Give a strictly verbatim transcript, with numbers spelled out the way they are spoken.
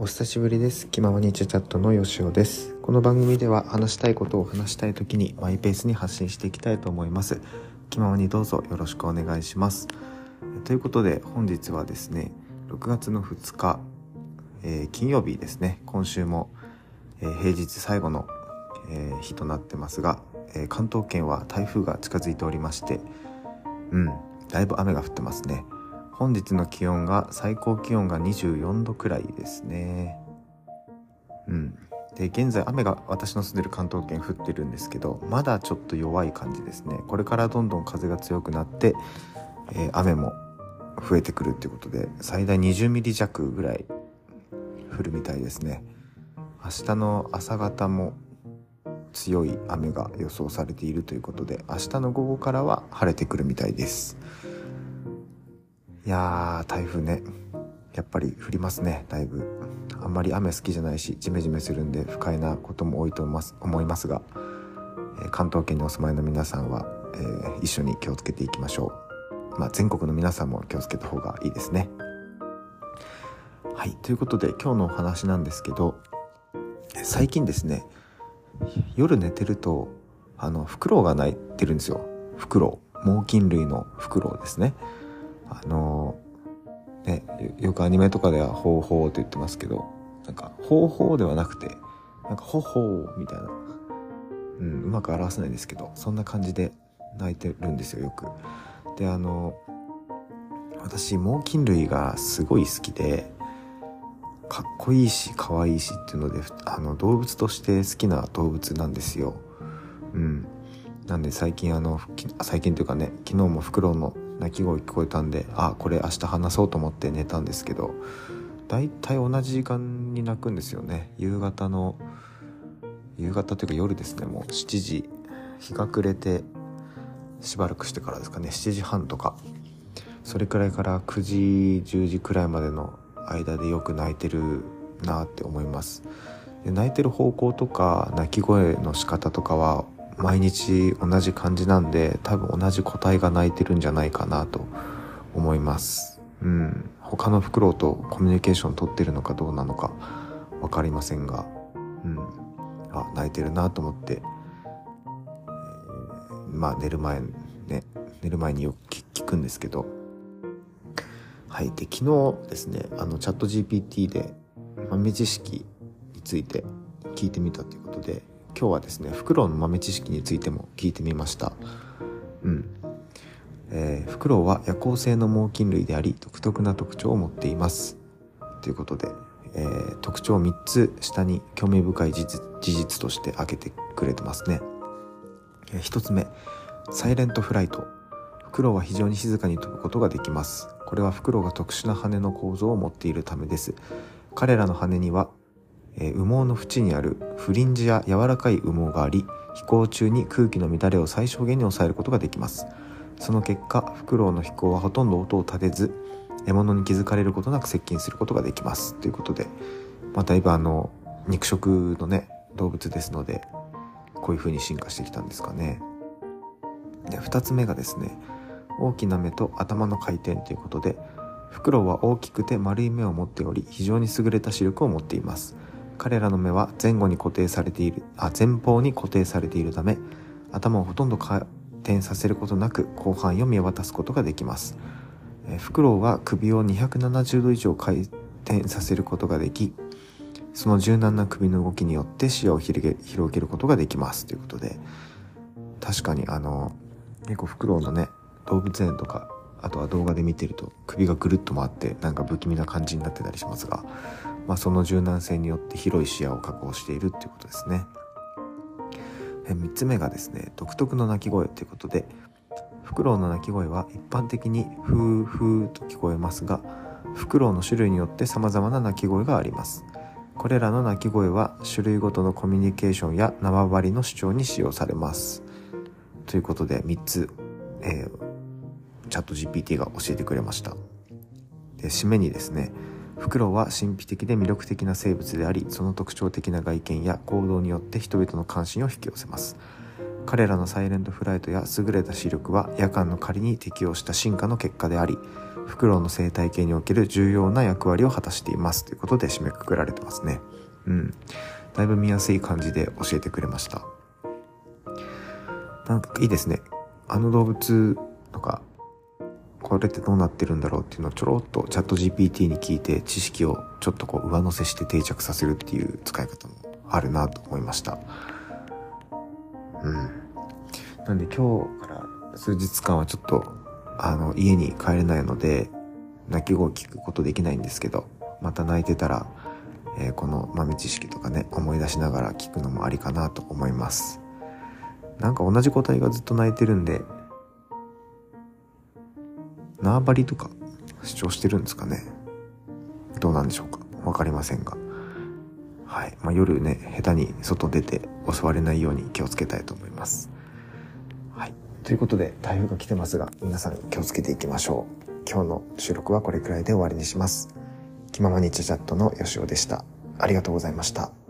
お久しぶりです。気ままにチャチャットのよしおです。この番組では話したいことを話したいときにマイペースに発信していきたいと思います。気ままにどうぞよろしくお願いします。ということで本日はですねろくがつのふつか、えー、金曜日ですね。今週も、えー、平日最後の、えー、日となってますが、えー、関東圏は台風が近づいておりましてうんだいぶ雨が降ってますね。本日の気温が最高気温がにじゅうよんどくらいですね。うんで現在雨が私の住んでる関東圏降ってるんですけど、まだちょっと弱い感じですね。これからどんどん風が強くなって、えー、雨も増えてくるっていうことで最大にじゅうミリ弱ぐらい降るみたいですね。明日の朝方も強い雨が予想されているということで、明日の午後からは晴れてくるみたいです。いやー台風ねやっぱり降りますね。だいぶあんまり雨好きじゃないしジメジメするんで不快なことも多いと思います、思いますが、えー、関東圏にお住まいの皆さんは、えー、一緒に気をつけていきましょう。まあ全国の皆さんも気をつけた方がいいですね。はいということで今日のお話なんですけど、最近ですね夜寝てるとあのフクロウが鳴いてるんですよ。フクロウ猛禽類のフクロウですね。あのー、ねよくアニメとかではホーホーって言ってますけど、なんかホーホーではなくてなんかホホーみたいな、うん、うまく表せないんですけどそんな感じで鳴いてるんですよよく。であのー、私猛禽類がすごい好きでかっこいいし可愛いしっていうのであの動物として好きな動物なんですよ。うんなんで最近あの最近というかね昨日もフクロウの鳴き声聞こえたんで、あこれ明日話そうと思って寝たんですけど、だいたい同じ時間に鳴くんですよね。夕方の夕方というか夜ですね。もうしちじ日が暮れてしばらくしてからですかね、しちじはんとかそれくらいからくじじゅうじくらいまでの間でよく鳴いてるなって思います。で鳴いてる方向とか鳴き声の仕方とかは毎日同じ感じなんで、多分同じ個体が鳴いてるんじゃないかなと思います。うん、他のフクロウとコミュニケーション取ってるのかどうなのか分かりませんが、うん、あ鳴いてるなと思って、えー、まあ寝る前ね寝る前によく聞くんですけど、はいで昨日ですねあのチャット ジーピーティー で豆知識について聞いてみたということで、今日はですねフクロウの豆知識についても聞いてみました。うん、えー、フクロウは夜行性の猛禽類であり独特な特徴を持っていますということで、えー、特徴をみっつ下に興味深い事実、事実として挙げてくれてますね。えー、ひとつめサイレントフライト。フクロウは非常に静かに飛ぶことができます。これはフクロウが特殊な羽の構造を持っているためです。彼らの羽にはえー、羽毛の縁にあるフリンジや柔らかい羽毛があり、飛行中に空気の乱れを最小限に抑えることができます。その結果フクロウの飛行はほとんど音を立てず、獲物に気づかれることなく接近することができますということで、まあ、だいぶあの肉食のね動物ですのでこういう風に進化してきたんですかね。でふたつめがですね大きな目と頭の回転ということで、フクロウは大きくて丸い目を持っており非常に優れた視力を持っています。彼らの目は前後に固定されているあ前方に固定されているため、頭をほとんど回転させることなく広範囲を見渡すことができます。えフクロウは首をにひゃくななじゅうど以上回転させることができ、その柔軟な首の動きによって視野を広げ、広げることができますということで、確かにあの結構フクロウのね動物園とかあとは動画で見てると首がぐるっと回ってなんか不気味な感じになってたりしますが、まあ、その柔軟性によって広い視野を確保しているっていうことですね。えみっつめがですね独特の鳴き声ということで、フクロウの鳴き声は一般的にフーフーと聞こえますが、フクロウの種類によって様々な鳴き声があります。これらの鳴き声は種類ごとのコミュニケーションや縄張りの主張に使用されますということで、みっつ、えーチャット ジーピーティー が教えてくれました。で締めにですね、フクロウは神秘的で魅力的な生物であり、その特徴的な外見や行動によって人々の関心を引き寄せます。彼らのサイレントフライトや優れた視力は夜間の狩りに適応した進化の結果であり、 フクロウの生態系における重要な役割を果たしていますということで締めくくられてますね。うん。だいぶ見やすい感じで教えてくれました。なんかいいですね。あの動物とか、これってどうなってるんだろうっていうのをちょろっとチャット ジーピーティー に聞いて知識をちょっとこう上乗せして定着させるっていう使い方もあるなと思いました。うん。なんで今日から数日間はちょっとあの家に帰れないので鳴き声を聞くことできないんですけど、また鳴いてたら、えー、この豆知識とかね思い出しながら聞くのもありかなと思います。なんか同じ個体がずっと鳴いてるんで縄張りとか主張してるんですかね。どうなんでしょうか、わかりませんが、はい、まあ、夜ね下手に外出て襲われないように気をつけたいと思います。はい、ということで台風が来てますが皆さん気をつけていきましょう。今日の収録はこれくらいで終わりにします。気ままにチャチャットのよしおでした。ありがとうございました。